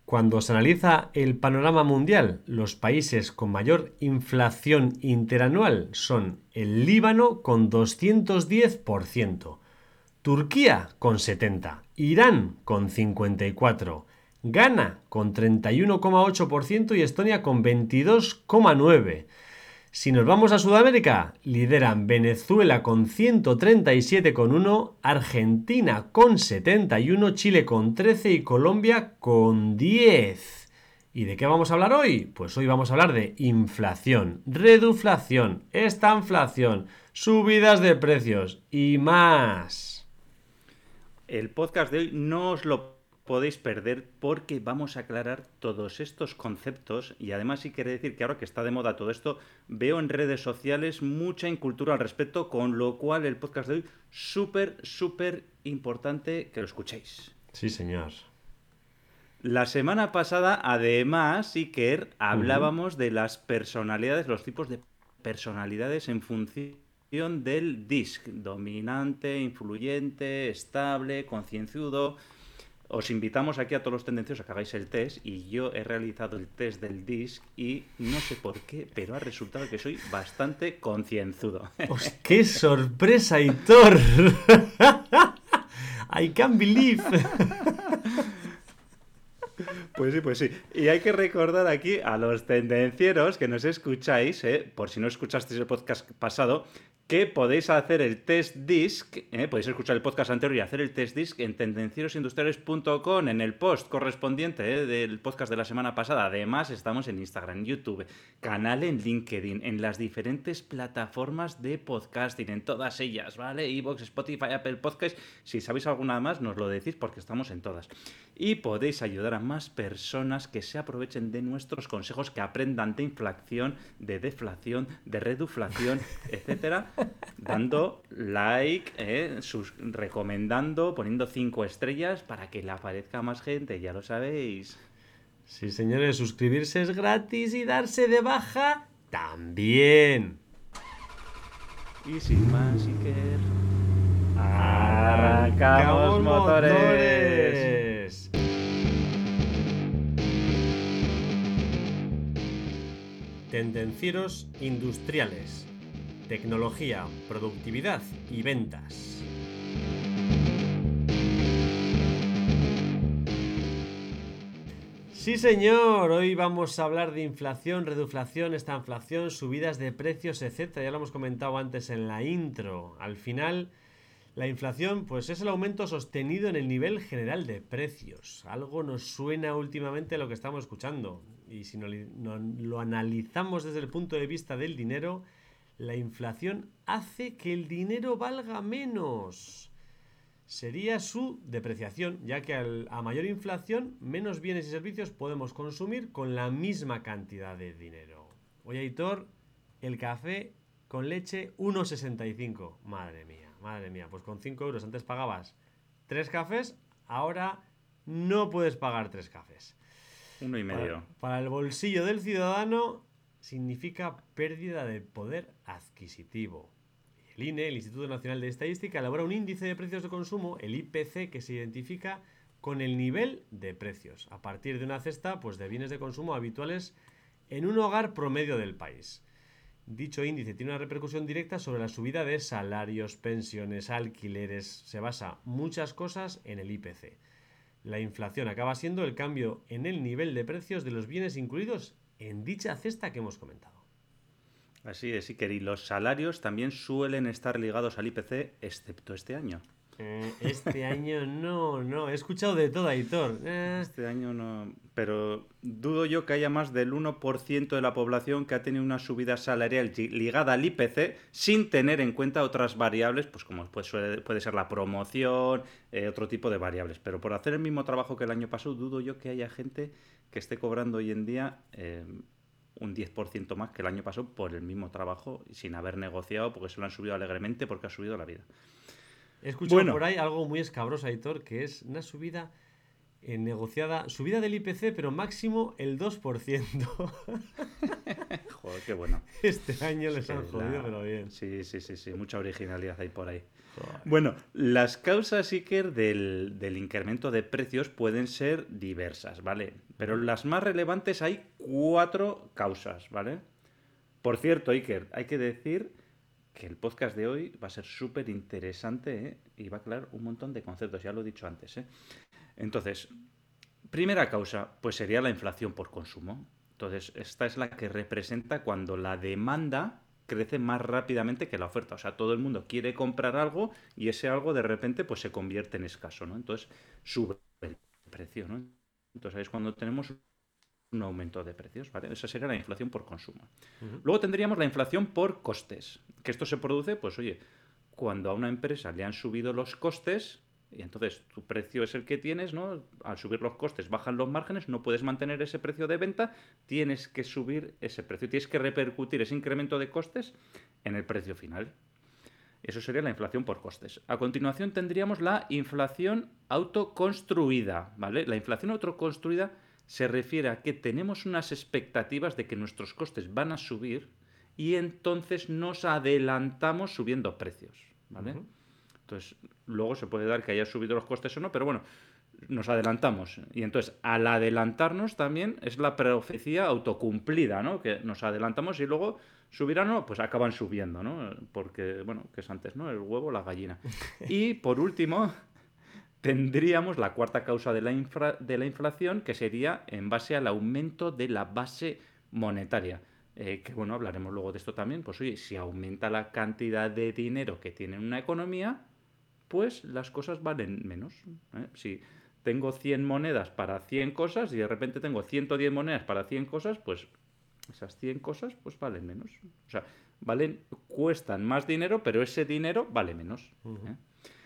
Cuando se analiza el panorama mundial, los países con mayor inflación interanual son el Líbano con 210%, Turquía con 70%, Irán con 54%, Ghana con 31,8% y Estonia con 22,9%. Si nos vamos a Sudamérica, lideran Venezuela con 137,1, Argentina con 71, Chile con 13 y Colombia con 10. ¿Y de qué vamos a hablar hoy? Pues hoy vamos a hablar de inflación, reduflación, estanflación, subidas de precios y más. El podcast de hoy no os lo podéis perder porque vamos a aclarar todos estos conceptos y además sí quiere decir que ahora que está de moda todo esto, veo en redes sociales mucha incultura al respecto, con lo cual el podcast de hoy súper importante que lo escuchéis. Sí, señor. La semana pasada, además, Iker, Ujú. hablábamos de las personalidades, los tipos de personalidades en función del DISC, dominante, influyente, estable, concienzudo. Os invitamos aquí a todos los tendenciosos a que hagáis el test y yo he realizado el test del DISC y no sé por qué, pero ha resultado que soy bastante concienzudo. ¡Qué sorpresa, Hitor! I can't believe. Pues sí, pues sí. Y hay que recordar aquí a los tendencieros que nos escucháis, por si no escuchasteis el podcast pasado, que podéis hacer el test disc, podéis escuchar el podcast anterior y hacer el test disc en tendencierosindustriales.com, en el post correspondiente del podcast de la semana pasada. Además, estamos en Instagram, YouTube, canal en LinkedIn, en las diferentes plataformas de podcasting, en todas ellas, ¿vale? iVoox, Spotify, Apple Podcast. Si sabéis alguna más, nos lo decís porque estamos en todas. Y podéis ayudar a más personas que se aprovechen de nuestros consejos, que aprendan de inflación, de deflación, de reduflación, etcétera, dando like, recomendando, poniendo 5 estrellas para que le aparezca a más gente, ya lo sabéis. Sí, señores, suscribirse es gratis y darse de baja también. Y sin más, Iker, arrancamos ¡Arrancamos motores. motores! Tendencieros industriales. Tecnología, productividad y ventas. Sí, señor, hoy vamos a hablar de inflación, reduflación, estanflación, subidas de precios, etcétera. Ya lo hemos comentado antes en la intro. Al final, la inflación, pues es el aumento sostenido en el nivel general de precios. Algo nos suena últimamente a lo que estamos escuchando. Y si lo analizamos desde el punto de vista del dinero, la inflación hace que el dinero valga menos. Sería su depreciación, ya que a mayor inflación, menos bienes y servicios podemos consumir con la misma cantidad de dinero. Oye, Aitor, el café con leche 1,65. Madre mía, pues con 5 euros antes pagabas 3 cafés, ahora no puedes pagar 3 cafés. Uno y Para, medio. para el bolsillo del ciudadano significa pérdida de poder adquisitivo. El INE, el Instituto Nacional de Estadística, elabora un índice de precios de consumo, el IPC, que se identifica con el nivel de precios, a partir de una cesta pues, de bienes de consumo habituales en un hogar promedio del país. Dicho índice tiene una repercusión directa sobre la subida de salarios, pensiones, alquileres. Se basa muchas cosas en el IPC. La inflación acaba siendo el cambio en el nivel de precios de los bienes incluidos en dicha cesta que hemos comentado. Así es, Iker. Y los salarios también suelen estar ligados al IPC, excepto este año. Este año no. He escuchado de todo, Aitor. Este año no. Pero dudo yo que haya más del 1% de la población que ha tenido una subida salarial ligada al IPC sin tener en cuenta otras variables, pues como puede ser la promoción, otro tipo de variables. Pero por hacer el mismo trabajo que el año pasado, dudo yo que haya gente que esté cobrando hoy en día un 10% más que el año pasado por el mismo trabajo sin haber negociado, porque se lo han subido alegremente porque ha subido la vida. He escuchado por Bueno, ahí algo muy escabroso, Aitor, que es una subida negociada, subida del IPC, pero máximo el 2%. Joder, qué bueno. Este año Es les han que jodido, pero bien. sí, mucha originalidad hay por ahí. Joder. Bueno, las causas, Iker, del incremento de precios pueden ser diversas, ¿vale? Pero Ujú. las más relevantes hay 4 causas, ¿vale? Por cierto, Iker, hay que decir que el podcast de hoy va a ser súper interesante, ¿eh? Y va a aclarar un montón de conceptos, ya lo he dicho antes, ¿eh? Entonces, primera causa, pues sería la inflación por consumo. Entonces, esta es la que representa cuando la demanda crece más rápidamente que la oferta. O sea, todo el mundo quiere comprar algo y ese algo de repente pues se convierte en escaso, ¿no? Entonces, sube el precio, ¿no? Entonces, ahí es cuando tenemos un aumento de precios, ¿vale? Esa sería la inflación por consumo. Ujú. Luego tendríamos la inflación por costes, que esto se produce, pues oye, cuando a una empresa le han subido los costes, y entonces tu precio es el que tienes, ¿no? Al subir los costes bajan los márgenes, no puedes mantener ese precio de venta, tienes que subir ese precio, tienes que repercutir ese incremento de costes en el precio final. Eso sería la inflación por costes. A continuación tendríamos la inflación autoconstruida, ¿vale? La inflación autoconstruida se refiere a que tenemos unas expectativas de que nuestros costes van a subir y entonces nos adelantamos subiendo precios, ¿vale? Ujú. Entonces, luego se puede dar que haya subido los costes o no, pero bueno, nos adelantamos. Y entonces, al adelantarnos también es la profecía autocumplida, ¿no? Que nos adelantamos y luego subirán o no, pues acaban subiendo, ¿no? Porque, bueno, que es antes, ¿no? El huevo, la gallina. Y por último, tendríamos la cuarta causa de la inflación, que sería en base al aumento de la base monetaria. Que bueno, hablaremos luego de esto también. Pues oye, si aumenta la cantidad de dinero que tiene una economía, pues las cosas valen menos, ¿eh? Si tengo 100 monedas para 100 cosas y de repente tengo 110 monedas para 100 cosas, pues esas 100 cosas pues valen menos. O sea, cuestan más dinero, pero ese dinero vale menos, Ujú. ¿eh?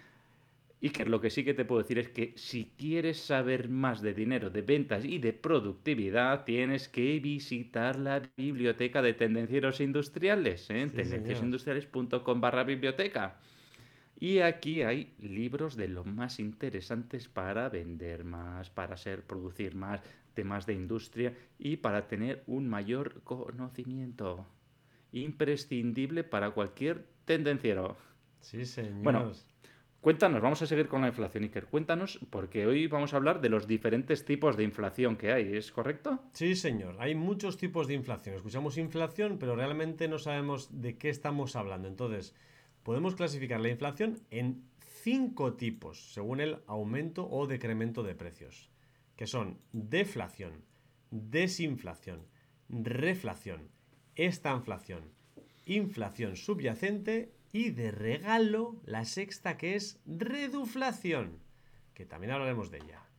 Y que lo que sí que te puedo decir es que si quieres saber más de dinero, de ventas y de productividad, tienes que visitar la biblioteca de Tendencieros Industriales, ¿eh? Sí, señor. tendenciosindustriales.com/biblioteca. Y aquí hay libros de lo más interesantes para vender más, para producir más, temas de industria y para tener un mayor conocimiento. Imprescindible para cualquier tendenciero. Sí, Bueno, señor. cuéntanos, vamos a seguir con la inflación, Iker. Cuéntanos, porque hoy vamos a hablar de los diferentes tipos de inflación que hay, ¿es correcto? Sí, señor. Hay muchos tipos de inflación. Escuchamos inflación, pero realmente no sabemos de qué estamos hablando. Entonces, podemos clasificar la inflación en 5 tipos, según el aumento o decremento de precios, que son deflación, desinflación, reflación, estanflación, inflación subyacente y de regalo la sexta, que es reduflación, que también hablaremos de ella.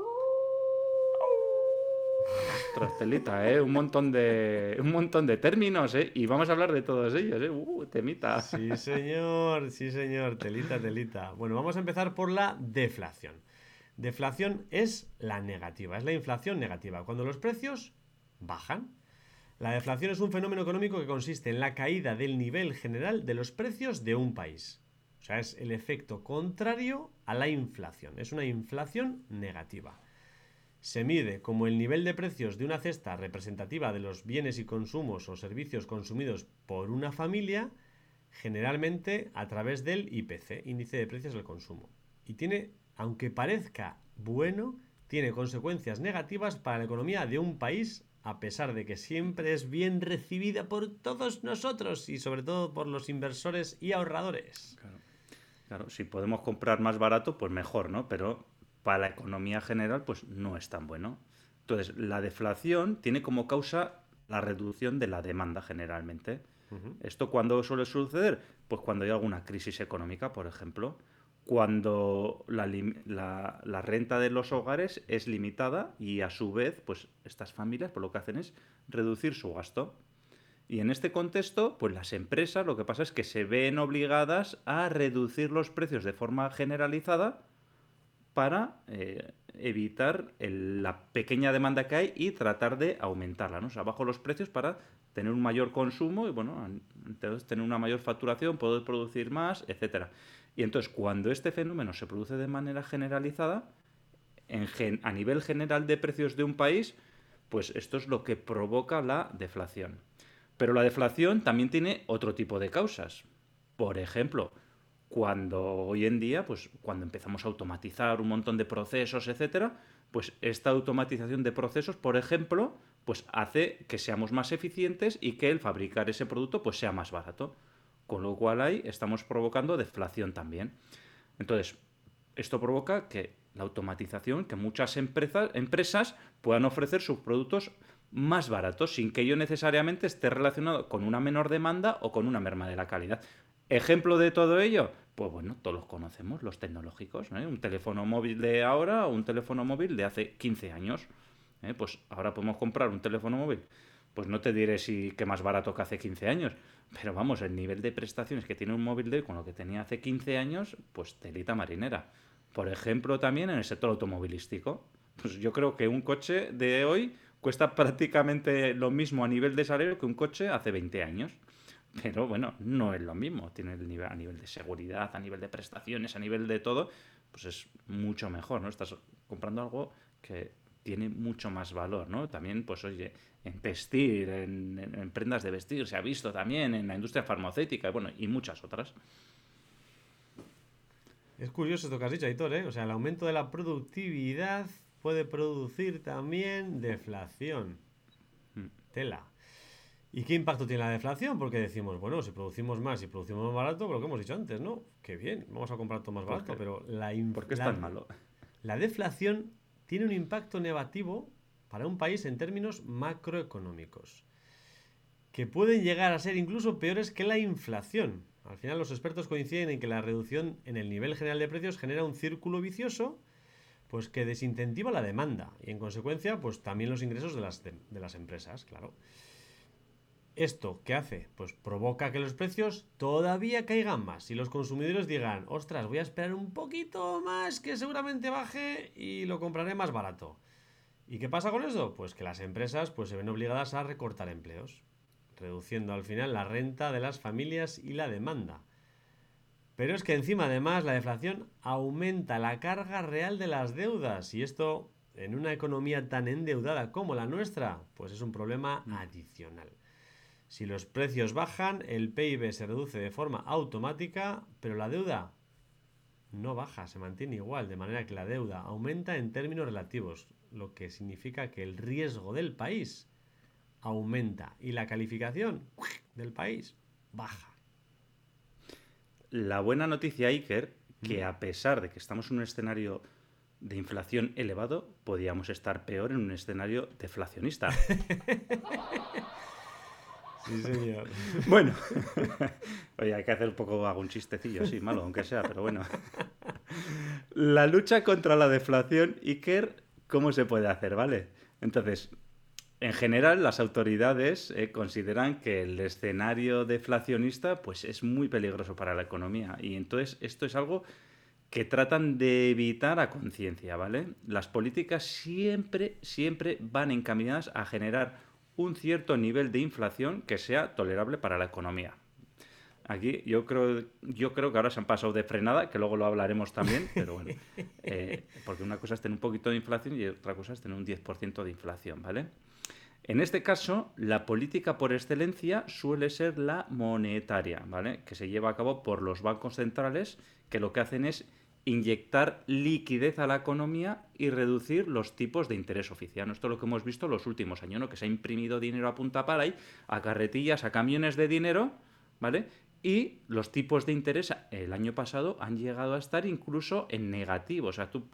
Ostras, telita, ¿eh? Un montón de términos, ¿eh? Y vamos a hablar de todos ellos, ¿eh? Temita. Sí, señor, telita, telita. Bueno, vamos a empezar por la deflación. Deflación es la negativa, es la inflación negativa, cuando los precios bajan. La deflación es un fenómeno económico que consiste en la caída del nivel general de los precios de un país. O sea, es el efecto contrario a la inflación. Es una inflación negativa. Se mide como el nivel de precios de una cesta representativa de los bienes y consumos o servicios consumidos por una familia, generalmente a través del IPC, índice de precios del consumo. Y tiene, aunque parezca bueno, tiene consecuencias negativas para la economía de un país, a pesar de que siempre es bien recibida por todos nosotros y sobre todo por los inversores y ahorradores. Claro, claro, si podemos comprar más barato, pues mejor, ¿no? Pero para la economía general, pues no es tan bueno. Entonces, la deflación tiene como causa la reducción de la demanda generalmente. Uh -huh. ¿Esto cuándo suele suceder? Pues cuando hay alguna crisis económica, por ejemplo, cuando la renta de los hogares es limitada y a su vez, pues estas familias pues lo que hacen es reducir su gasto. Y en este contexto, pues las empresas lo que pasa es que se ven obligadas a reducir los precios de forma generalizada para evitar la pequeña demanda que hay y tratar de aumentarla, ¿no? O sea, bajo los precios para tener un mayor consumo y, bueno, entonces tener una mayor facturación, poder producir más, etcétera. Y entonces, cuando este fenómeno se produce de manera generalizada, a nivel general de precios de un país, pues esto es lo que provoca la deflación. Pero la deflación también tiene otro tipo de causas. Por ejemplo, cuando hoy en día, pues cuando empezamos a automatizar un montón de procesos, etcétera, pues esta automatización de procesos, por ejemplo, pues hace que seamos más eficientes y que el fabricar ese producto pues sea más barato. Con lo cual ahí estamos provocando deflación también. Entonces, esto provoca que la automatización, que muchas empresas puedan ofrecer sus productos más baratos sin que ello necesariamente esté relacionado con una menor demanda o con una merma de la calidad. Ejemplo de todo ello, pues bueno, todos los conocemos, los tecnológicos, ¿eh? Un teléfono móvil de ahora o un teléfono móvil de hace 15 años. Pues ahora podemos comprar un teléfono móvil. Pues no te diré si que más barato que hace 15 años, pero vamos, el nivel de prestaciones que tiene un móvil de hoy con lo que tenía hace 15 años, pues telita marinera. Por ejemplo, también en el sector automovilístico. Pues yo creo que un coche de hoy cuesta prácticamente lo mismo a nivel de salario que un coche hace 20 años. Pero bueno, no es lo mismo. Tiene el nivel, a nivel de seguridad, a nivel de prestaciones, a nivel de todo, pues es mucho mejor, ¿no? Estás comprando algo que tiene mucho más valor, ¿no? También, pues oye, en textil, en prendas de vestir, se ha visto también en la industria farmacéutica, bueno, y muchas otras. Es curioso esto que has dicho, Aitor, ¿eh? O sea, el aumento de la productividad puede producir también deflación. Tela. ¿Y qué impacto tiene la deflación? Porque decimos, bueno, si producimos más y producimos más barato, lo que hemos dicho antes, ¿no? Qué bien, vamos a comprar todo más barato, Porque, pero porque es tan malo. la deflación tiene un impacto negativo para un país en términos macroeconómicos, que pueden llegar a ser incluso peores que la inflación. Al final los expertos coinciden en que la reducción en el nivel general de precios genera un círculo vicioso pues que desincentiva la demanda y en consecuencia pues también los ingresos de las empresas, claro. ¿Esto qué hace? Pues provoca que los precios todavía caigan más y los consumidores digan, ostras, voy a esperar un poquito más que seguramente baje y lo compraré más barato. ¿Y qué pasa con eso? Pues que las empresas pues, se ven obligadas a recortar empleos, reduciendo al final la renta de las familias y la demanda. Pero es que encima además la deflación aumenta la carga real de las deudas y esto en una economía tan endeudada como la nuestra, pues es un problema adicional. Si los precios bajan, el PIB se reduce de forma automática, pero la deuda no baja, se mantiene igual, de manera que la deuda aumenta en términos relativos, lo que significa que el riesgo del país aumenta y la calificación del país baja. La buena noticia, Iker, ¿Mm? que a pesar de que estamos en un escenario de inflación elevado, podíamos estar peor en un escenario deflacionista. Sí, señor. Bueno, oye, hay que hacer un poco algún chistecillo, sí, malo, aunque sea, pero bueno. La lucha contra la deflación, Iker, ¿cómo se puede hacer, vale? Entonces, en general, las autoridades consideran que el escenario deflacionista pues, es muy peligroso para la economía y entonces esto es algo que tratan de evitar a conciencia, ¿vale? Las políticas siempre van encaminadas a generar un cierto nivel de inflación que sea tolerable para la economía. Aquí yo creo que ahora se han pasado de frenada, que luego lo hablaremos también, pero bueno, porque una cosa es tener un poquito de inflación y otra cosa es tener un 10% de inflación, ¿vale? En este caso, la política por excelencia suele ser la monetaria, ¿vale? Que se lleva a cabo por los bancos centrales, que lo que hacen es inyectar liquidez a la economía y reducir los tipos de interés oficial. Esto es lo que hemos visto en los últimos años, ¿no? Que se ha imprimido dinero a punta pala y a carretillas, a camiones de dinero, ¿vale? Y los tipos de interés el año pasado han llegado a estar incluso en negativo. O sea, tú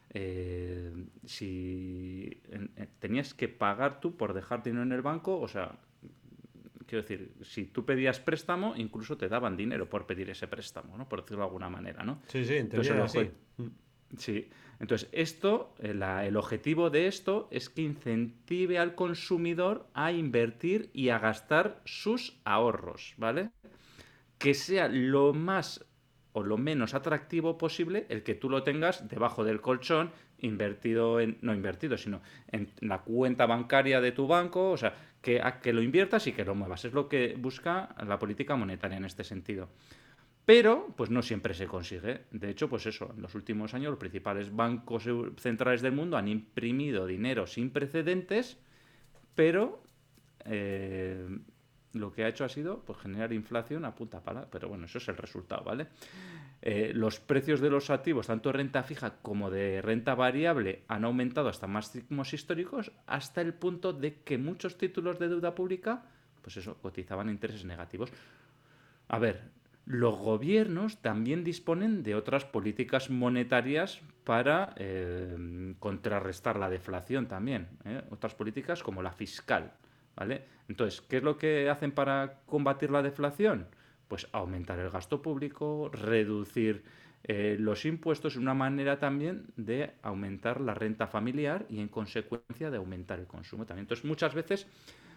si tenías que pagar tú por dejar dinero en el banco, o sea, quiero decir, si tú pedías préstamo, incluso te daban dinero por pedir ese préstamo, ¿no? Por decirlo de alguna manera, ¿no? Sí, sí, en Entonces teoría el, era ojo- así. Sí, entonces esto, el objetivo de esto es que incentive al consumidor a invertir y a gastar sus ahorros, ¿vale? Que sea lo más o lo menos atractivo posible el que tú lo tengas debajo del colchón, invertido en, no invertido, sino en la cuenta bancaria de tu banco, o sea, que lo inviertas y que lo muevas. Es lo que busca la política monetaria en este sentido. Pero, pues no siempre se consigue. De hecho, pues eso, en los últimos años los principales bancos centrales del mundo han imprimido dinero sin precedentes, pero lo que ha hecho ha sido pues, generar inflación a punta pala, pero bueno, eso es el resultado, ¿vale? Los precios de los activos, tanto de renta fija como de renta variable, han aumentado hasta máximos históricos, hasta el punto de que muchos títulos de deuda pública, pues eso, cotizaban intereses negativos. A ver, los gobiernos también disponen de otras políticas monetarias para contrarrestar la deflación también, ¿eh? Otras políticas como la fiscal, ¿vale? Entonces, ¿qué es lo que hacen para combatir la deflación? Pues aumentar el gasto público, reducir los impuestos, una manera también de aumentar la renta familiar y en consecuencia de aumentar el consumo también. Entonces, muchas veces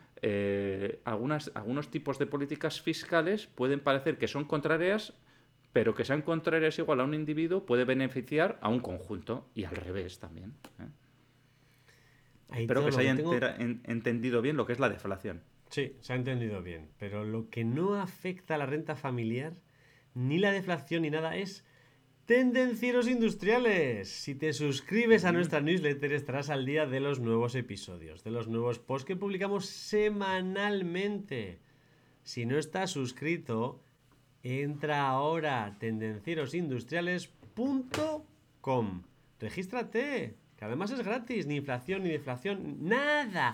algunos tipos de políticas fiscales pueden parecer que son contrarias, pero que sean contrarias igual a un individuo puede beneficiar a un conjunto y al revés también, ¿eh? Ahí Espero todo que lo se que haya tengo... entendido bien lo que es la deflación. Sí, se ha entendido bien, pero lo que no afecta a la renta familiar, ni la deflación ni nada, es Tendencieros Industriales. Si te suscribes a nuestra newsletter estarás al día de los nuevos episodios, de los nuevos posts que publicamos semanalmente. Si no estás suscrito, entra ahora a tendencierosindustriales.com. Regístrate, que además es gratis, ni inflación ni deflación, nada.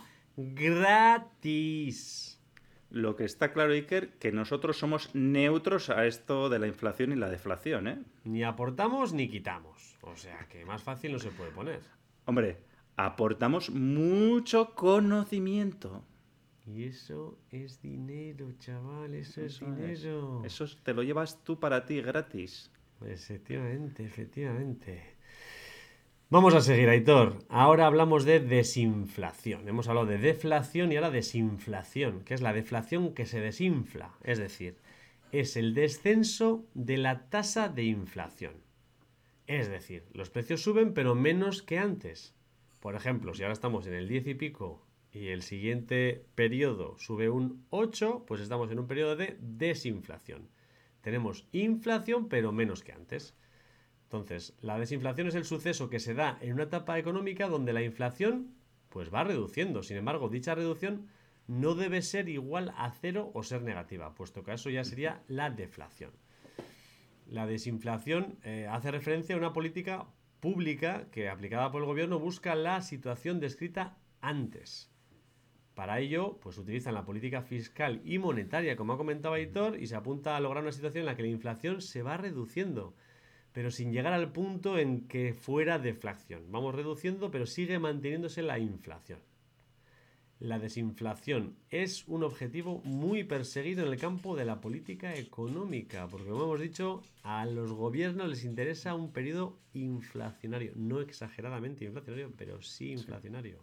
Gratis. Lo que está claro, Iker, que nosotros somos neutros a esto de la inflación y la deflación, ¿eh? Ni aportamos ni quitamos. O sea que más fácil no se puede poner. Hombre, aportamos mucho conocimiento. Y eso es dinero, chaval, eso es Eso es. dinero. Eso te lo llevas tú para ti gratis. Efectivamente, efectivamente. Vamos a seguir, Aitor. Ahora hablamos de desinflación. Hemos hablado de deflación y ahora desinflación, que es la deflación que se desinfla. Es decir, es el descenso de la tasa de inflación. Es decir, los precios suben pero menos que antes. Por ejemplo, si ahora estamos en el 10 y pico y el siguiente periodo sube un 8, pues estamos en un periodo de desinflación. Tenemos inflación pero menos que antes. Entonces, la desinflación es el suceso que se da en una etapa económica donde la inflación pues va reduciendo. Sin embargo, dicha reducción no debe ser igual a cero o ser negativa, puesto que eso ya sería la deflación. La desinflación hace referencia a una política pública que, aplicada por el gobierno, busca la situación descrita antes. Para ello, pues utilizan la política fiscal y monetaria, como ha comentado Aitor, y se apunta a lograr una situación en la que la inflación se va reduciendo, pero sin llegar al punto en que fuera deflación. Vamos reduciendo, pero sigue manteniéndose la inflación. La desinflación es un objetivo muy perseguido en el campo de la política económica, porque como hemos dicho, a los gobiernos les interesa un periodo inflacionario, no exageradamente inflacionario, pero sí inflacionario.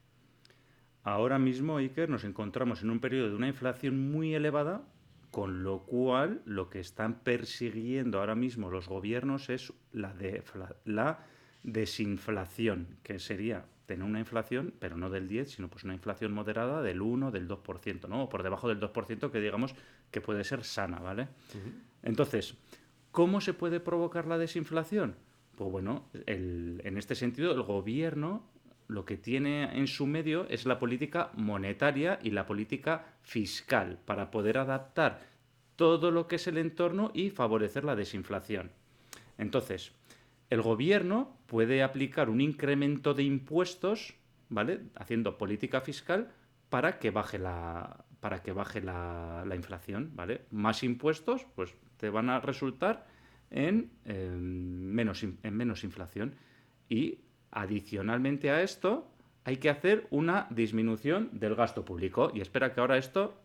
Ahora mismo, Iker, nos encontramos en un periodo de una inflación muy elevada, con lo cual lo que están persiguiendo ahora mismo los gobiernos es la desinflación, que sería tener una inflación, pero no del 10, sino pues una inflación moderada del 1, del 2%, ¿no? O por debajo del 2% que digamos que puede ser sana, ¿vale? Entonces, ¿cómo se puede provocar la desinflación? Pues bueno, en este sentido el gobierno lo que tiene en su medio es la política monetaria y la política fiscal para poder adaptar todo lo que es el entorno y favorecer la desinflación. Entonces, el gobierno puede aplicar un incremento de impuestos, ¿vale? Haciendo política fiscal para que baje la inflación, ¿vale? Más impuestos, pues te van a resultar en menos inflación. Y adicionalmente a esto, hay que hacer una disminución del gasto público. Y espera que ahora esto...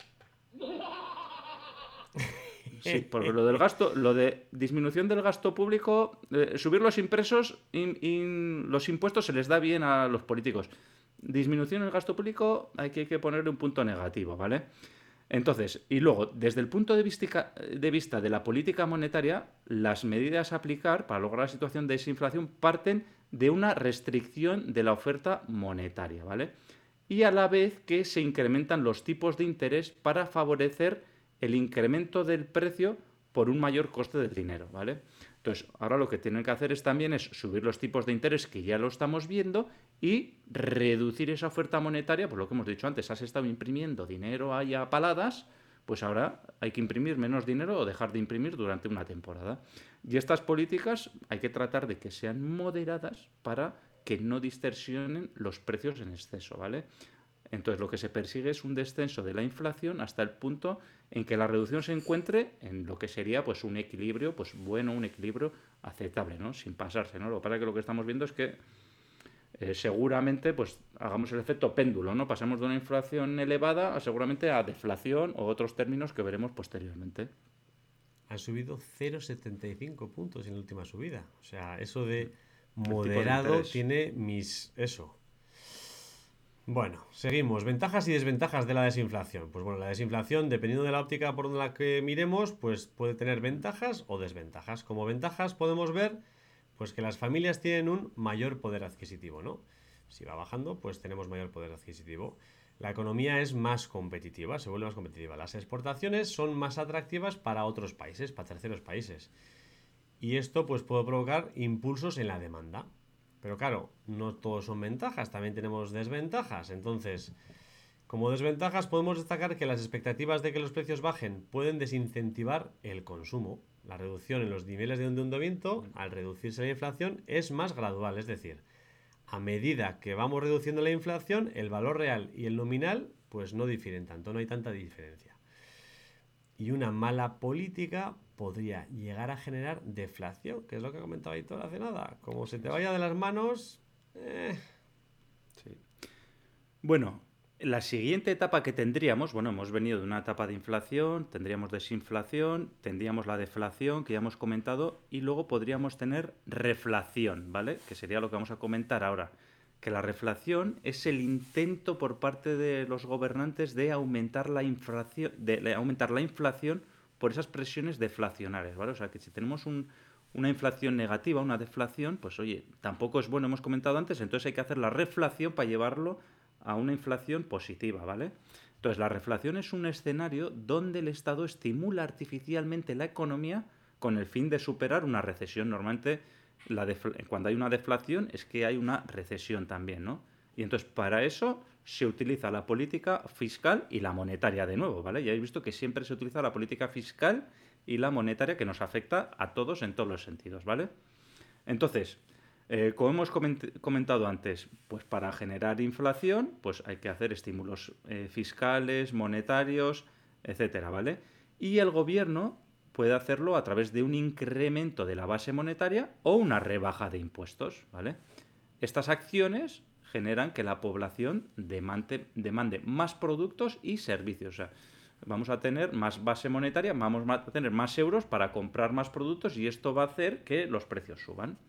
Sí, porque lo de disminución del gasto público, subir los impresos los impuestos se les da bien a los políticos. Disminución del gasto público hay que ponerle un punto negativo, ¿vale? Entonces, y luego, desde el punto de vista de la política monetaria, las medidas a aplicar para lograr la situación de desinflación parten de una restricción de la oferta monetaria, ¿vale? Y a la vez que se incrementan los tipos de interés para favorecer el incremento del precio por un mayor coste del dinero, ¿vale? Entonces, ahora lo que tienen que hacer también es subir los tipos de interés, que ya lo estamos viendo, y reducir esa oferta monetaria, por lo que hemos dicho antes, has estado imprimiendo dinero ahí a paladas, pues ahora hay que imprimir menos dinero o dejar de imprimir durante una temporada. Y estas políticas hay que tratar de que sean moderadas para que no distorsionen los precios en exceso, ¿vale? Entonces lo que se persigue es un descenso de la inflación hasta el punto en que la reducción se encuentre en lo que sería pues un equilibrio pues bueno, un equilibrio aceptable, ¿no? Sin pasarse, ¿no? Lo que pasa es que lo que estamos viendo es que seguramente pues hagamos el efecto péndulo, ¿no? Pasemos de una inflación elevada a, seguramente a deflación o otros términos que veremos posteriormente. Han subido 0,75 puntos en la última subida. O sea, eso de El tipo de moderado interés. tiene mis... Eso. Bueno, seguimos. Ventajas y desventajas de la desinflación. Pues bueno, la desinflación, dependiendo de la óptica por la que miremos, pues puede tener ventajas o desventajas. Como ventajas podemos ver pues que las familias tienen un mayor poder adquisitivo, ¿no? Si va bajando, pues tenemos mayor poder adquisitivo. La economía es más competitiva, se vuelve más competitiva. Las exportaciones son más atractivas para otros países, para terceros países. Y esto pues puede provocar impulsos en la demanda. Pero claro, no todos son ventajas, también tenemos desventajas. Entonces, como desventajas podemos destacar que las expectativas de que los precios bajen pueden desincentivar el consumo. La reducción en los niveles de endeudamiento, al reducirse la inflación, es más gradual. Es decir, a medida que vamos reduciendo la inflación, el valor real y el nominal pues no difieren tanto, no hay tanta diferencia. Y una mala política podría llegar a generar deflación, que es lo que comentaba Aitor hace nada. Como se te vaya de las manos... Sí. Bueno, la siguiente etapa que tendríamos, bueno, hemos venido de una etapa de inflación, tendríamos desinflación, tendríamos la deflación que ya hemos comentado y luego podríamos tener reflación, ¿vale? Que sería lo que vamos a comentar ahora. Que la reflación es el intento por parte de los gobernantes de aumentar la inflación, aumentar la inflación por esas presiones deflacionarias, ¿vale? O sea, que si tenemos una inflación negativa, una deflación, pues oye, tampoco es bueno, hemos comentado antes, entonces hay que hacer la reflación para llevarlo a una inflación positiva, ¿vale? Entonces, la reflación es un escenario donde el Estado estimula artificialmente la economía con el fin de superar una recesión. Normalmente, cuando hay una deflación es que hay una recesión también, ¿no? Y entonces, para eso se utiliza la política fiscal y la monetaria de nuevo, ¿vale? Ya habéis visto que siempre se utiliza la política fiscal y la monetaria que nos afecta a todos en todos los sentidos, ¿vale? Entonces, como hemos comentado antes, pues para generar inflación, pues hay que hacer estímulos fiscales, monetarios, etcétera, ¿vale? Y el gobierno puede hacerlo a través de un incremento de la base monetaria o una rebaja de impuestos, ¿vale? Estas acciones generan que la población demande más productos y servicios. O sea, vamos a tener más base monetaria, vamos a tener más euros para comprar más productos y esto va a hacer que los precios suban.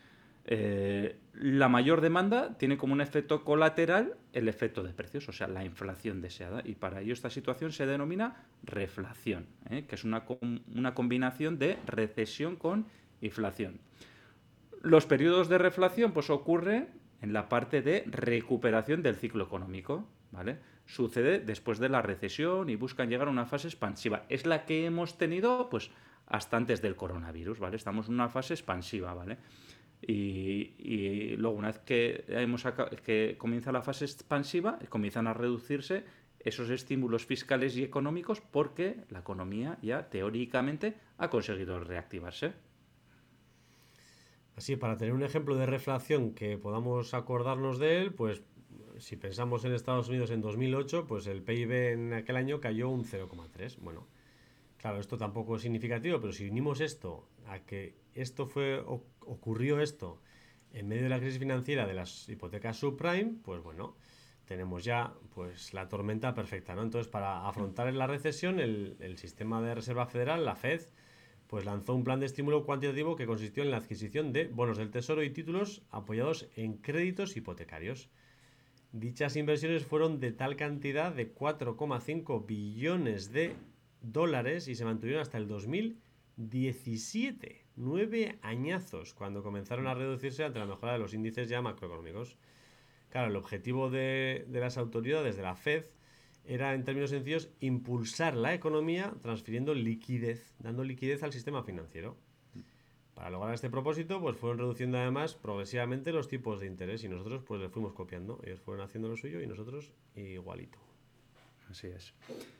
La mayor demanda tiene como un efecto colateral el efecto de precios, o sea, la inflación deseada. Y para ello esta situación se denomina reflación, que es una combinación de recesión con inflación. Los periodos de reflación pues ocurren en la parte de recuperación del ciclo económico, ¿vale? Sucede después de la recesión y buscan llegar a una fase expansiva. Es la que hemos tenido pues hasta antes del coronavirus, ¿vale? Estamos en una fase expansiva, ¿vale? Y luego una vez que comienza la fase expansiva, comienzan a reducirse esos estímulos fiscales y económicos porque la economía ya teóricamente ha conseguido reactivarse. Así, para tener un ejemplo de reflación que podamos acordarnos de él, pues si pensamos en Estados Unidos en 2008, pues el PIB en aquel año cayó un 0,3. Bueno, claro, esto tampoco es significativo, pero si unimos esto a que ocurrió esto en medio de la crisis financiera de las hipotecas subprime, pues bueno, tenemos ya pues la tormenta perfecta, ¿no? Entonces, para afrontar la recesión, el sistema de Reserva Federal, la Fed, pues lanzó un plan de estímulo cuantitativo que consistió en la adquisición de bonos del Tesoro y títulos apoyados en créditos hipotecarios. Dichas inversiones fueron de tal cantidad de 4,5 billones de dólares y se mantuvieron hasta el 2017, 9 añazos, cuando comenzaron a reducirse ante la mejora de los índices ya macroeconómicos. Claro, el objetivo de las autoridades de la Fed era, en términos sencillos, impulsar la economía transfiriendo liquidez, dando liquidez al sistema financiero. Para lograr este propósito, pues fueron reduciendo además progresivamente los tipos de interés y nosotros pues les fuimos copiando. Ellos fueron haciendo lo suyo y nosotros igualito. Así es.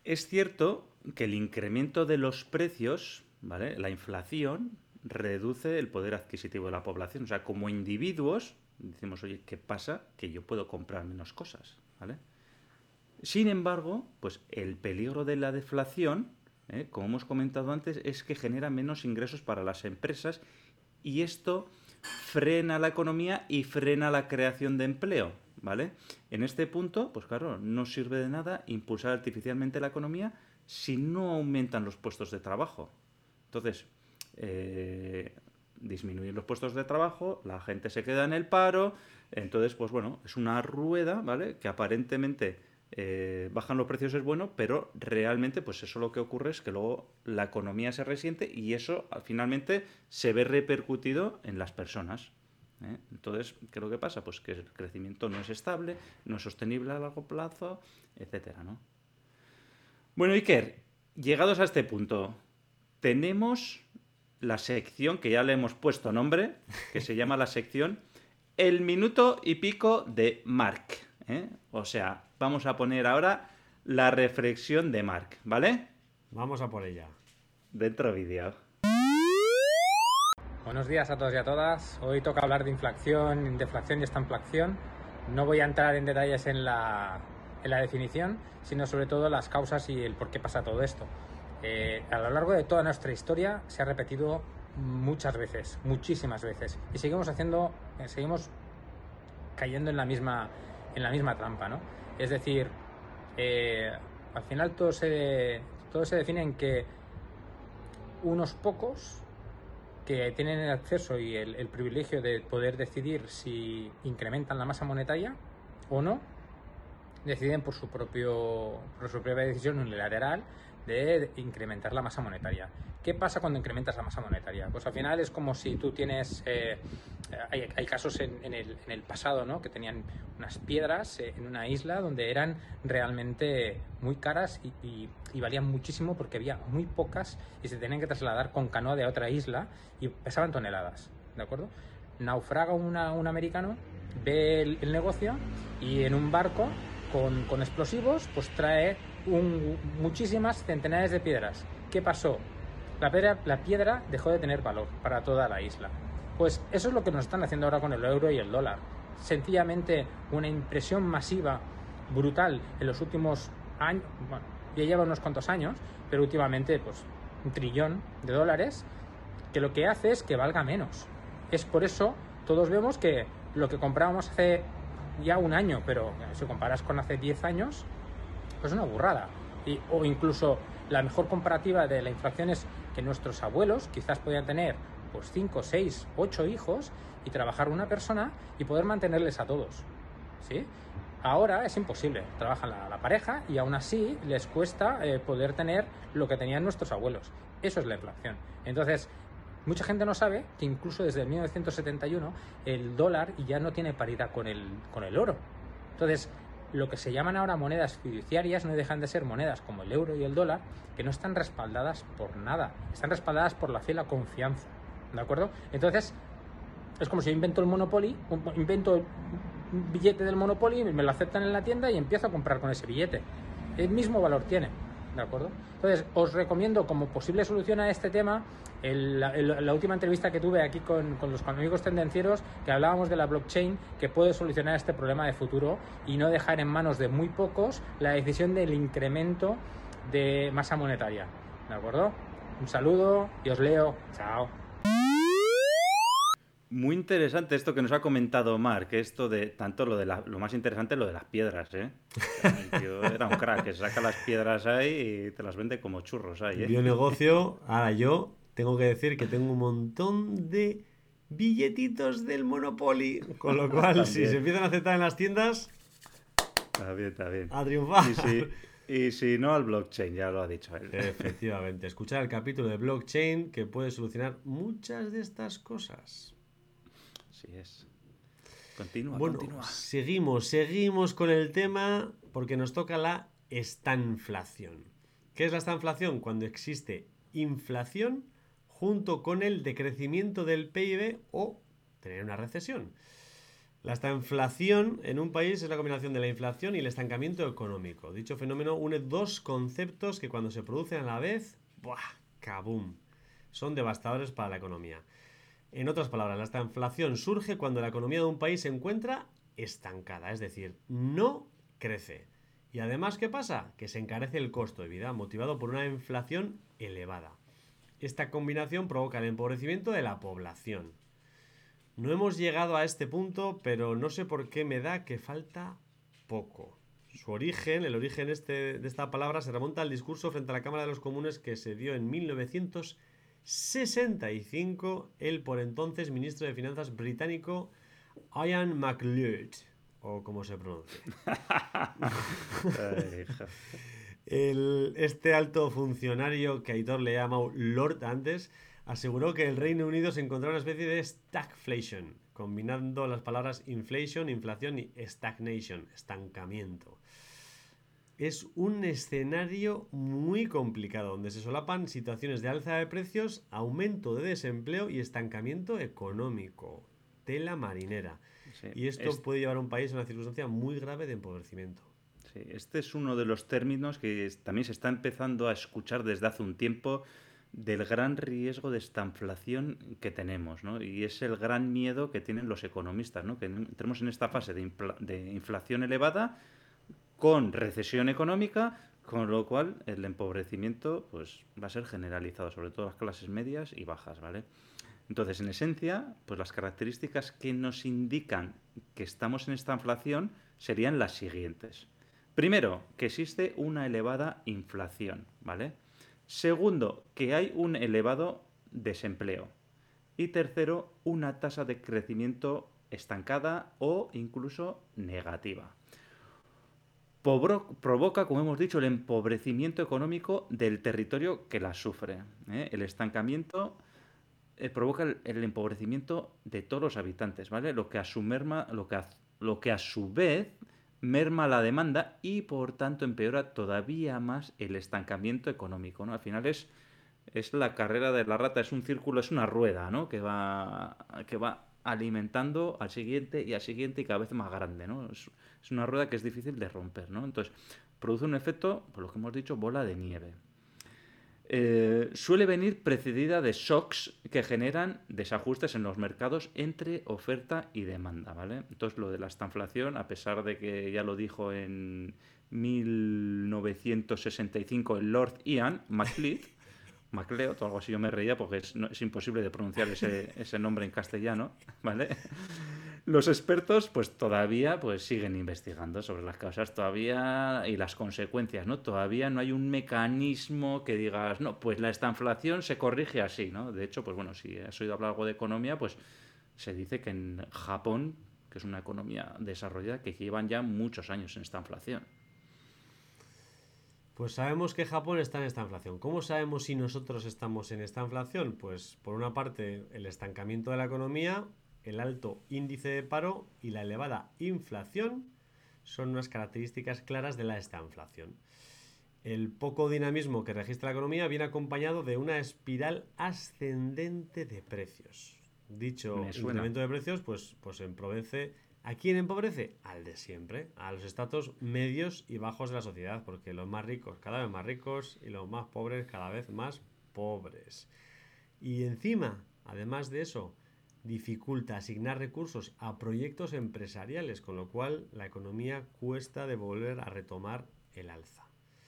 Es cierto que el incremento de los precios, ¿vale? La inflación reduce el poder adquisitivo de la población. O sea, como individuos, decimos, oye, ¿qué pasa? Que yo puedo comprar menos cosas, ¿vale? Sin embargo, pues el peligro de la deflación, como hemos comentado antes, es que genera menos ingresos para las empresas y esto frena la economía y frena la creación de empleo, ¿vale? En este punto, pues claro, no sirve de nada impulsar artificialmente la economía si no aumentan los puestos de trabajo. Entonces, disminuir los puestos de trabajo, la gente se queda en el paro, entonces, pues bueno, es una rueda, ¿vale? Que aparentemente bajan los precios es bueno, pero realmente, pues eso lo que ocurre es que luego la economía se resiente y eso finalmente se ve repercutido en las personas. Entonces, ¿qué es lo que pasa? Pues que el crecimiento no es estable, no es sostenible a largo plazo, etcétera, ¿no? Bueno, Iker, llegados a este punto, tenemos la sección que ya le hemos puesto nombre, que se llama la sección El minuto y pico de Mark. O sea, vamos a poner ahora la reflexión de Mark, ¿vale? Vamos a por ella. Dentro vídeo. Buenos días a todos y a todas. Hoy toca hablar de inflación, deflación y estanflación. No voy a entrar en detalles en la definición, sino sobre todo las causas y el por qué pasa todo esto. A lo largo de toda nuestra historia se ha repetido muchas veces, muchísimas veces, y seguimos cayendo en la misma trampa, ¿no? Es decir, al final todo se define en que unos pocos que tienen el acceso y el privilegio de poder decidir si incrementan la masa monetaria o no, deciden por su propia decisión unilateral de incrementar la masa monetaria. ¿Qué pasa cuando incrementas la masa monetaria? Pues al final es como si tú tienes... hay casos en el pasado, ¿no? Que tenían unas piedras en una isla donde eran realmente muy caras y valían muchísimo porque había muy pocas y se tenían que trasladar con canoa de otra isla y pesaban toneladas, ¿de acuerdo? Naufraga un americano, ve el negocio y en un barco con explosivos pues trae muchísimas centenares de piedras. ¿Qué pasó? La piedra dejó de tener valor para toda la isla. Pues eso es lo que nos están haciendo ahora con el euro y el dólar. Sencillamente una impresión masiva, brutal, en los últimos años, bueno, ya lleva unos cuantos años, pero últimamente pues $1 trillón, que lo que hace es que valga menos. Es por eso todos vemos que lo que comprábamos hace ya un año, pero si comparas con hace 10 años, pues es una burrada. O incluso la mejor comparativa de la inflación es que nuestros abuelos quizás podían tener pues 5, 6, 8 hijos y trabajar una persona y poder mantenerles a todos, ¿sí? Ahora es imposible, trabajan la pareja y aún así les cuesta poder tener lo que tenían nuestros abuelos. Eso es la inflación. Entonces, mucha gente no sabe que incluso desde 1971 el dólar ya no tiene paridad con el oro. Entonces, lo que se llaman ahora monedas fiduciarias no dejan de ser monedas como el euro y el dólar, que no están respaldadas por nada, están respaldadas por la fe y la confianza, ¿de acuerdo? Entonces, es como si yo invento un billete del Monopoly, me lo aceptan en la tienda y empiezo a comprar con ese billete. El mismo valor tiene, ¿de acuerdo? Entonces, os recomiendo como posible solución a este tema la última entrevista que tuve aquí con los amigos tendencieros, que hablábamos de la blockchain, que puede solucionar este problema de futuro y no dejar en manos de muy pocos la decisión del incremento de masa monetaria, ¿de acuerdo? Un saludo y os leo. Chao. Muy interesante esto que nos ha comentado Mark, esto de tanto lo más interesante lo de las piedras, ¿eh? El tío era un crack, que saca las piedras ahí y te las vende como churros ahí, ¿eh? Bionegocio. Ahora yo tengo que decir que tengo un montón de billetitos del Monopoly, con lo cual si se empiezan a aceptar en las tiendas, Está bien, está bien. a triunfar. Y si no, al blockchain, ya lo ha dicho él. Efectivamente, escuchar el capítulo de blockchain que puede solucionar muchas de estas cosas. Así es. Continúa. Seguimos con el tema porque nos toca la estanflación. ¿Qué es la estanflación? Cuando existe inflación junto con el decrecimiento del PIB o tener una recesión. La estanflación en un país es la combinación de la inflación y el estancamiento económico. Dicho fenómeno une dos conceptos que cuando se producen a la vez, ¡buah! ¡Kabum! Son devastadores para la economía. En otras palabras, la estanflación surge cuando la economía de un país se encuentra estancada, es decir, no crece. Y además, ¿qué pasa? Que se encarece el costo de vida, motivado por una inflación elevada. Esta combinación provoca el empobrecimiento de la población. No hemos llegado a este punto, pero no sé por qué me da que falta poco. Su origen, el origen de esta palabra, se remonta al discurso frente a la Cámara de los Comunes que se dio en 1965 el por entonces ministro de Finanzas británico Ian MacLeod, o como se pronuncia. Este alto funcionario que Aitor le ha llamado Lord antes, aseguró que el Reino Unido se encontraba en una especie de stagflation, combinando las palabras inflation, inflación y stagnation, estancamiento. Es un escenario muy complicado, donde se solapan situaciones de alza de precios, aumento de desempleo y estancamiento económico. Tela marinera. Sí, y esto puede llevar a un país a una circunstancia muy grave de empobrecimiento. Sí, este es uno de los términos que también se está empezando a escuchar desde hace un tiempo, del gran riesgo de estanflación que tenemos, ¿no? Y es el gran miedo que tienen los economistas, ¿no? Que entremos en esta fase de inflación elevada con recesión económica, con lo cual el empobrecimiento pues, va a ser generalizado, sobre todo las clases medias y bajas, ¿vale? Entonces, en esencia, pues las características que nos indican que estamos en esta inflación serían las siguientes. Primero, que existe una elevada inflación, ¿vale? Segundo, que hay un elevado desempleo. Y tercero, una tasa de crecimiento estancada o incluso negativa. Provoca, como hemos dicho, el empobrecimiento económico del territorio que la sufre. El estancamiento provoca el empobrecimiento de todos los habitantes, ¿vale? Lo que a su vez merma la demanda y por tanto empeora todavía más el estancamiento económico, ¿no? Al final es la carrera de la rata, es un círculo, es una rueda, ¿no? Que va alimentando al siguiente y al siguiente y cada vez más grande, ¿no? Es una rueda que es difícil de romper, ¿no? Entonces, produce un efecto, por lo que hemos dicho, bola de nieve. Suele venir precedida de shocks que generan desajustes en los mercados entre oferta y demanda, ¿vale? Entonces, lo de la estanflación, a pesar de que ya lo dijo en 1965 el Lord Ian MacLeod o algo así, yo me reía porque es imposible de pronunciar ese nombre en castellano, ¿vale? Los expertos pues todavía pues siguen investigando sobre las causas todavía y las consecuencias, ¿no? Todavía no hay un mecanismo que digas, no, pues la estanflación se corrige así, ¿no? De hecho, pues bueno, si has oído hablar algo de economía, pues se dice que en Japón, que es una economía desarrollada, que llevan ya muchos años en esta inflación. Pues sabemos que Japón está en esta inflación. ¿Cómo sabemos si nosotros estamos en esta inflación? Pues por una parte el estancamiento de la economía, el alto índice de paro y la elevada inflación son unas características claras de la estanflación. El poco dinamismo que registra la economía viene acompañado de una espiral ascendente de precios. Dicho incremento de precios pues empobrece. ¿A quién empobrece? Al de siempre, a los estratos medios y bajos de la sociedad, porque los más ricos cada vez más ricos y los más pobres cada vez más pobres. Y encima, además de eso, dificulta asignar recursos a proyectos empresariales, con lo cual la economía cuesta de volver a retomar el alza.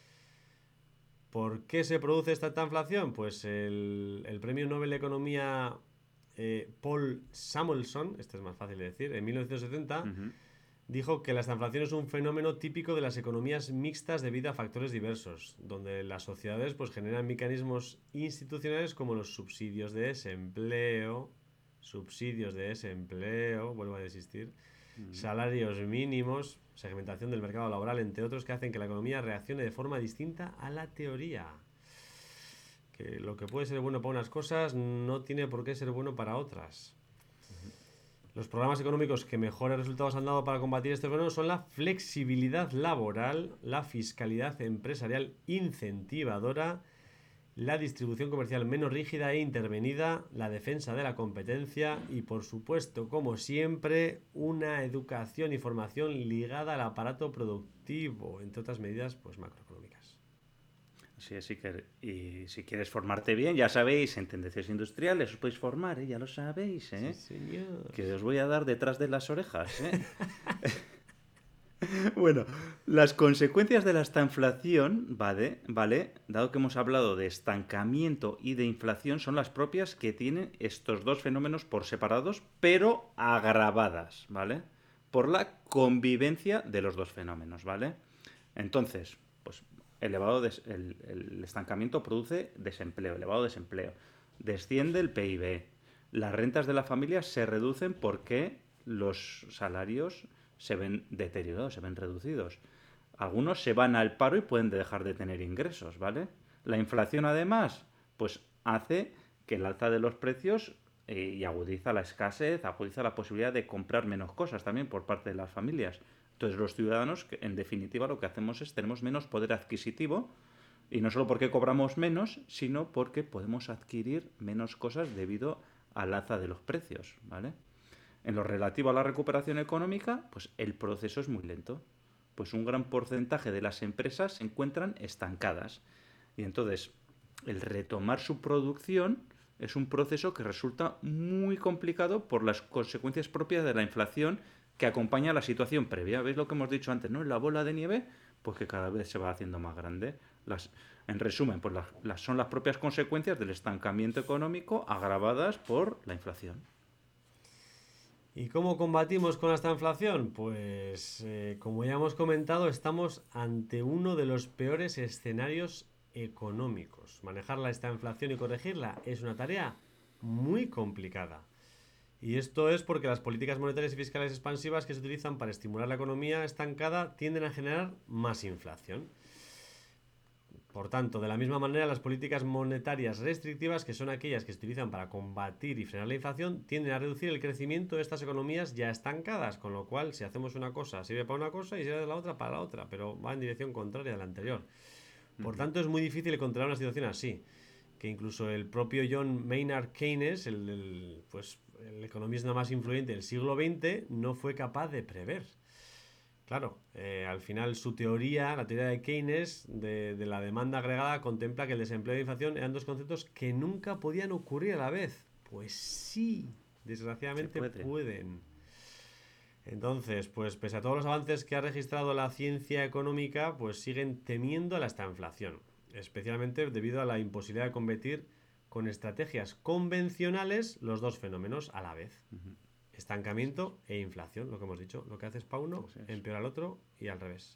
¿Por qué se produce esta inflación? Pues el premio Nobel de Economía Paul Samuelson, este es más fácil de decir, en 1970 dijo que la estanflación es un fenómeno típico de las economías mixtas debido a factores diversos, donde las sociedades pues generan mecanismos institucionales como los subsidios de desempleo, vuelvo a desistir, salarios mínimos, segmentación del mercado laboral, entre otros, que hacen que la economía reaccione de forma distinta a la teoría. Que lo que puede ser bueno para unas cosas no tiene por qué ser bueno para otras. Los programas económicos que mejores resultados han dado para combatir este fenómeno son la flexibilidad laboral, la fiscalidad empresarial incentivadora la distribución comercial menos rígida e intervenida, la defensa de la competencia y, por supuesto, como siempre, una educación y formación ligada al aparato productivo, entre otras medidas pues macroeconómicas. Y si quieres formarte bien, ya sabéis, en tendencias industriales os podéis formar, ya lo sabéis, Sí, señor. que os voy a dar detrás de las orejas. Bueno, las consecuencias de la estanflación, vale, dado que hemos hablado de estancamiento y de inflación, son las propias que tienen estos dos fenómenos por separados, pero agravadas, ¿vale? Por la convivencia de los dos fenómenos, ¿vale? Entonces, pues el estancamiento produce desempleo, elevado desempleo. Desciende el PIB. Las rentas de la familia se reducen porque los salarios se ven deteriorados, se ven reducidos. Algunos se van al paro y pueden dejar de tener ingresos, ¿vale? La inflación, además, pues hace que el alza de los precios y agudiza la escasez, agudiza la posibilidad de comprar menos cosas también por parte de las familias. Entonces los ciudadanos, en definitiva, lo que hacemos es tenemos menos poder adquisitivo, y no solo porque cobramos menos, sino porque podemos adquirir menos cosas debido al alza de los precios, ¿vale? En lo relativo a la recuperación económica, pues el proceso es muy lento. Pues un gran porcentaje de las empresas se encuentran estancadas. Y entonces, el retomar su producción es un proceso que resulta muy complicado por las consecuencias propias de la inflación que acompaña a la situación previa. ¿Veis lo que hemos dicho antes, no? La bola de nieve, pues que cada vez se va haciendo más grande. En resumen, pues son las propias consecuencias del estancamiento económico agravadas por la inflación. ¿Y cómo combatimos con esta inflación? Pues, como ya hemos comentado, estamos ante uno de los peores escenarios económicos. Manejar esta inflación y corregirla es una tarea muy complicada. Y esto es porque las políticas monetarias y fiscales expansivas que se utilizan para estimular la economía estancada tienden a generar más inflación. Por tanto, de la misma manera, las políticas monetarias restrictivas, que son aquellas que se utilizan para combatir y frenar la inflación, tienden a reducir el crecimiento de estas economías ya estancadas, con lo cual, si hacemos una cosa, sirve para una cosa y sirve de la otra para la otra, pero va en dirección contraria a la anterior. Por tanto, es muy difícil controlar una situación así, que incluso el propio John Maynard Keynes, el economista más influyente del siglo XX, no fue capaz de prever. Claro, al final su teoría, la teoría de Keynes de la demanda agregada, contempla que el desempleo y la inflación eran dos conceptos que nunca podían ocurrir a la vez. Pues sí, desgraciadamente pueden. Entonces, pues pese a todos los avances que ha registrado la ciencia económica, pues siguen temiendo la estanflación, especialmente debido a la imposibilidad de combatir con estrategias convencionales los dos fenómenos a la vez. Estancamiento e inflación, lo que hemos dicho. Lo que haces para uno, empeora al otro y al revés.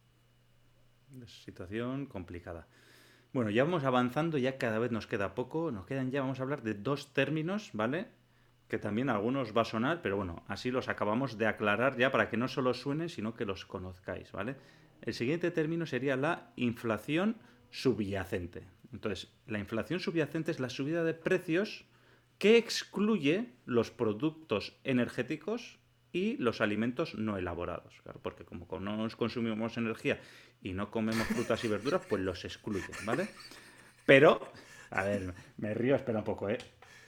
Situación complicada. Bueno, ya vamos avanzando, ya cada vez nos queda poco. Vamos a hablar de dos términos, ¿vale? Que también a algunos va a sonar, pero bueno, así los acabamos de aclarar ya para que no solo suenen, sino que los conozcáis, ¿vale? El siguiente término sería la inflación subyacente. Entonces, la inflación subyacente es la subida de precios que excluye los productos energéticos y los alimentos no elaborados. Claro, porque como no nos consumimos energía y no comemos frutas y verduras, pues los excluye, ¿vale? Pero, a ver, me río, espera un poco, ¿eh?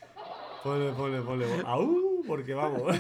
Ponle. ¡Au! Porque vamos.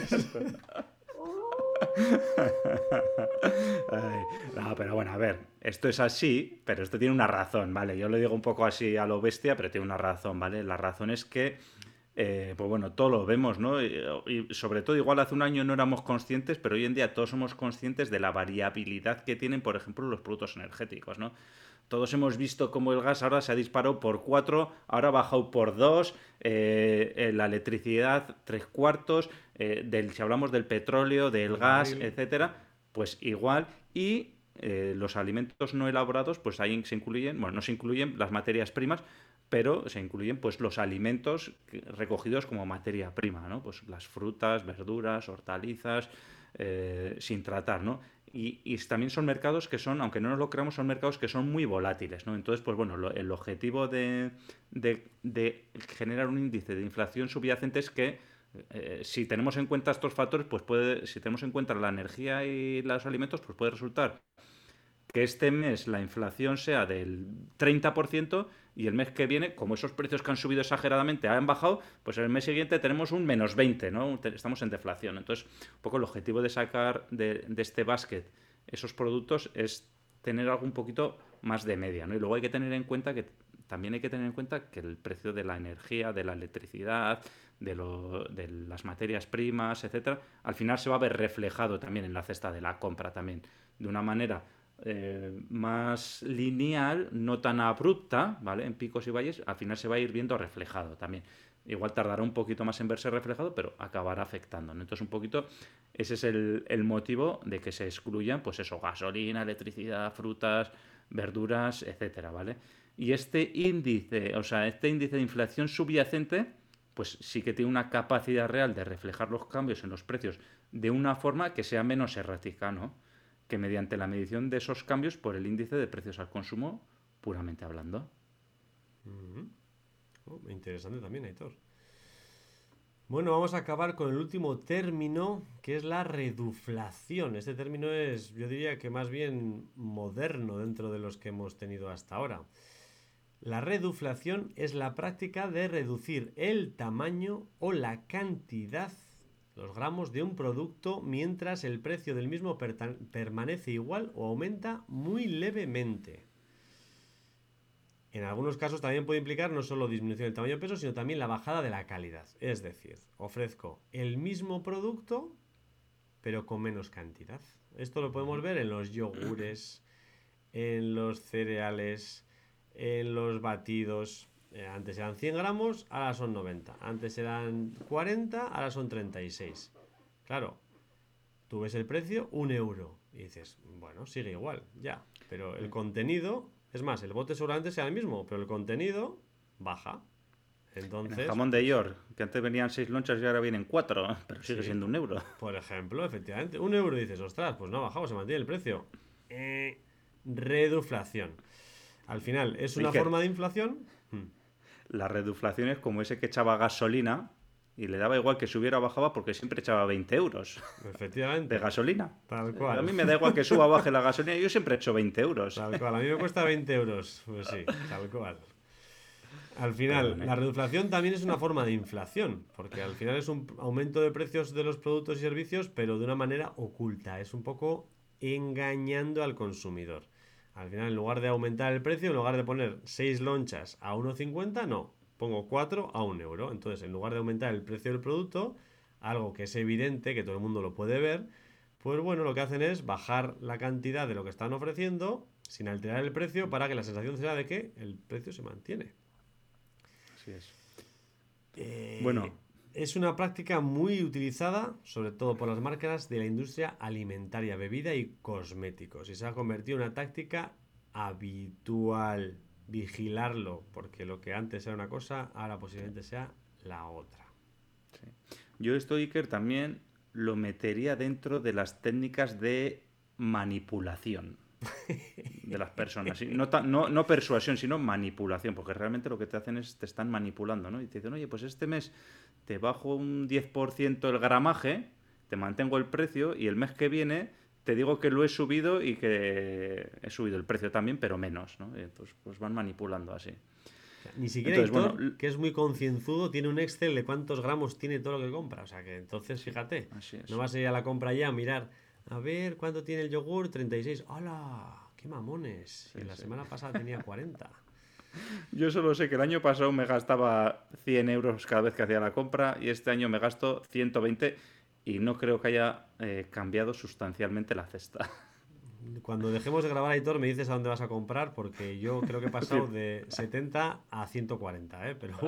Ay, no, pero bueno, a ver, esto es así, pero esto tiene una razón, ¿vale? Yo lo digo un poco así a lo bestia, pero tiene una razón, ¿vale? La razón es que pues bueno, todo lo vemos, ¿no? Y sobre todo, igual hace un año no éramos conscientes, pero hoy en día todos somos conscientes de la variabilidad que tienen, por ejemplo, los productos energéticos, ¿no? Todos hemos visto cómo el gas ahora se ha disparado por 4, ahora ha bajado por 2, la electricidad 3/4, si hablamos del petróleo, del gas, etcétera, pues igual. Y los alimentos no elaborados, pues ahí se incluyen, bueno, no se incluyen las materias primas, pero se incluyen pues los alimentos recogidos como materia prima, ¿no? Pues las frutas, verduras, hortalizas, sin tratar, ¿no? Y también son mercados que son, aunque no nos lo creamos, son mercados que son muy volátiles, ¿no? Entonces, pues bueno, el objetivo de generar un índice de inflación subyacente es que si tenemos en cuenta estos factores, pues si tenemos en cuenta la energía y los alimentos, pues puede resultar que este mes la inflación sea del 30% y el mes que viene, como esos precios que han subido exageradamente han bajado, pues el mes siguiente tenemos un menos 20, ¿no? Estamos en deflación. Entonces, un poco el objetivo de sacar de este basket esos productos es tener algo un poquito más de media, ¿no? Y luego hay que tener en cuenta que también hay que tener en cuenta que el precio de la energía, de la electricidad, de las materias primas, etcétera, al final se va a ver reflejado también en la cesta de la compra también, de una manera más lineal, no tan abrupta, ¿vale? En picos y valles, al final se va a ir viendo reflejado también. Igual tardará un poquito más en verse reflejado, pero acabará afectando, ¿no? Entonces, un poquito, ese es el motivo de que se excluyan, pues eso, gasolina, electricidad, frutas, verduras, etcétera, ¿vale? Y este índice, o sea, este índice de inflación subyacente, pues sí que tiene una capacidad real de reflejar los cambios en los precios de una forma que sea menos errática, ¿no? Que mediante la medición de esos cambios por el índice de precios al consumo, puramente hablando. Interesante también, Aitor. Bueno, vamos a acabar con el último término, que es la reduflación. Este término es, yo diría que más bien moderno dentro de los que hemos tenido hasta ahora. La reduflación es la práctica de reducir el tamaño o la cantidad, los gramos de un producto, mientras el precio del mismo permanece igual o aumenta muy levemente. En algunos casos también puede implicar no solo disminución del tamaño o peso, sino también la bajada de la calidad. Es decir, ofrezco el mismo producto, pero con menos cantidad. Esto lo podemos ver en los yogures, en los cereales, en los batidos. Antes eran 100 gramos, ahora son 90. Antes eran 40, ahora son 36. Claro, tú ves el precio, 1 euro. Y dices, bueno, sigue igual, ya. Pero el contenido, es más, el bote seguramente sea el mismo, pero el contenido baja. Entonces, el jamón de York, que antes venían 6 lonchas y ahora vienen 4, pero sigue siendo 1 euro. Por ejemplo, efectivamente, 1 euro dices, ostras, pues no ha bajado, se mantiene el precio. Reduflación. Al final, ¿es una forma de inflación? La reduflación es como ese que echaba gasolina y le daba igual que subiera o bajaba porque siempre echaba 20 euros. Efectivamente. De gasolina. Tal cual. A mí me da igual que suba o baje la gasolina, yo siempre echo 20 euros. Tal cual, a mí me cuesta 20 euros. Pues sí, tal cual. Al final, la reduflación también es una forma de inflación, porque al final es un aumento de precios de los productos y servicios, pero de una manera oculta. Es un poco engañando al consumidor. Al final, en lugar de aumentar el precio, en lugar de poner 6 lonchas a 1,50, no, pongo 4 a 1 euro. Entonces, en lugar de aumentar el precio del producto, algo que es evidente, que todo el mundo lo puede ver, pues bueno, lo que hacen es bajar la cantidad de lo que están ofreciendo sin alterar el precio para que la sensación sea de que el precio se mantiene. Así es. Bueno, es una práctica muy utilizada, sobre todo por las marcas de la industria alimentaria, bebida y cosméticos. Y se ha convertido en una táctica habitual. Vigilarlo, porque lo que antes era una cosa, ahora posiblemente sea la otra. Sí. Yo esto, Iker, también lo metería dentro de las técnicas de manipulación de las personas. No persuasión, sino manipulación, porque realmente lo que te hacen es te están manipulando, ¿no? Y te dicen, oye, pues este mes te bajo un 10% el gramaje, te mantengo el precio y el mes que viene te digo que lo he subido y que he subido el precio también, pero menos, ¿no? Y entonces pues van manipulando así. Ni siquiera Aitor, que es muy concienzudo, tiene un Excel de cuántos gramos tiene todo lo que compra. O sea que entonces, fíjate, no vas a ir a la compra ya a mirar, a ver cuánto tiene el yogur, 36. ¡Hala! ¡Qué mamones! Y la semana pasada tenía 40. Yo solo sé que el año pasado me gastaba 100 euros cada vez que hacía la compra y este año me gasto 120 y no creo que haya cambiado sustancialmente la cesta. Cuando dejemos de grabar, Aitor, me dices a dónde vas a comprar, porque yo creo que he pasado de 70 a 140, ¿eh? Pero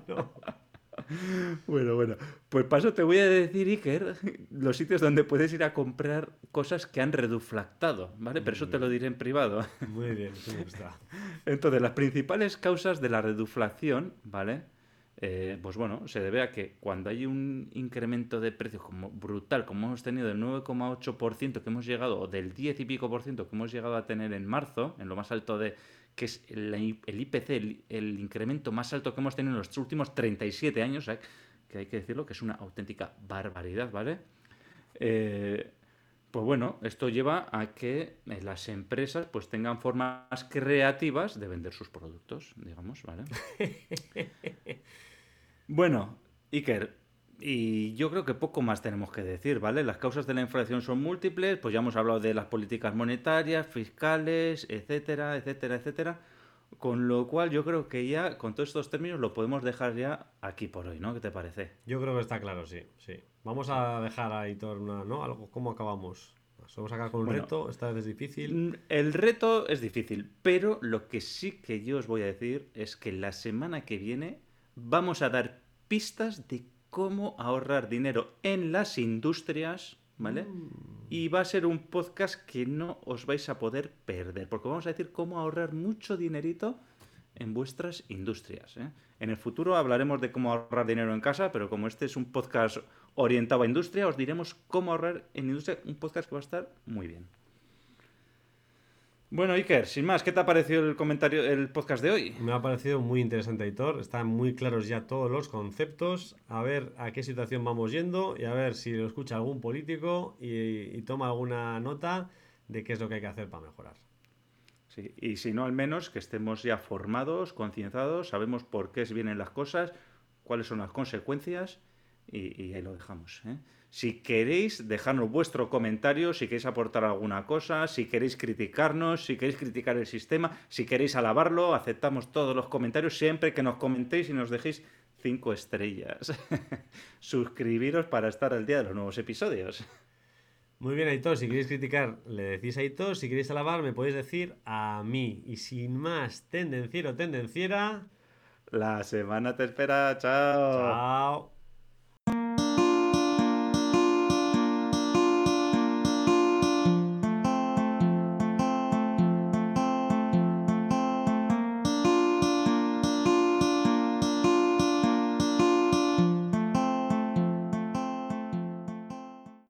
bueno. Bueno. Pues paso te voy a decir, Iker, los sitios donde puedes ir a comprar cosas que han reduflactado, ¿vale? Pero eso te lo diré en privado. Muy bien, eso me gusta. Entonces, las principales causas de la reduflación, ¿vale? Pues bueno, se debe a que cuando hay un incremento de precios como brutal, como hemos tenido del 9,8% que hemos llegado, o del 10 y pico por ciento que hemos llegado a tener en marzo, en lo más alto de, que es el IPC, el incremento más alto que hemos tenido en los últimos 37 años, ¿eh? Que hay que decirlo, que es una auténtica barbaridad, ¿vale? Pues bueno, esto lleva a que las empresas pues tengan formas creativas de vender sus productos, digamos, ¿vale? Bueno, Iker, y yo creo que poco más tenemos que decir, ¿vale? Las causas de la inflación son múltiples, pues ya hemos hablado de las políticas monetarias, fiscales, etcétera, etcétera, etcétera. Con lo cual yo creo que ya con todos estos términos lo podemos dejar ya aquí por hoy, ¿no? ¿Qué te parece? Yo creo que está claro, sí, sí. Vamos Sí. a dejar ahí todo una, ¿no? Algo, ¿cómo acabamos? Nos vamos a sacar con un Bueno, reto, esta vez es difícil. el reto es difícil, pero lo que sí que yo os voy a decir es que la semana que viene vamos a dar pistas de cómo ahorrar dinero en las industrias, ¿vale? Y va a ser un podcast que no os vais a poder perder, porque vamos a decir cómo ahorrar mucho dinerito en vuestras industrias, ¿eh? En el futuro hablaremos de cómo ahorrar dinero en casa, pero como este es un podcast orientado a industria, os diremos cómo ahorrar en industria, un podcast que va a estar muy bien. Bueno, Iker, sin más, ¿qué te ha parecido el podcast de hoy? Me ha parecido muy interesante, Aitor. Están muy claros ya todos los conceptos. A ver a qué situación vamos yendo y a ver si lo escucha algún político y toma alguna nota de qué es lo que hay que hacer para mejorar. Sí, y si no, al menos que estemos ya formados, concienciados, sabemos por qué vienen las cosas, cuáles son las consecuencias y ahí lo dejamos, ¿eh? Si queréis, dejadnos vuestro comentario, si queréis aportar alguna cosa, si queréis criticarnos, si queréis criticar el sistema, si queréis alabarlo, aceptamos todos los comentarios siempre que nos comentéis y nos dejéis 5 estrellas. Suscribiros para estar al día de los nuevos episodios. Muy bien, Aitor. Si queréis criticar, le decís a Aitor. Si queréis alabar, me podéis decir a mí. Y sin más tendenciero o tendenciera, La semana te espera, chao. chao.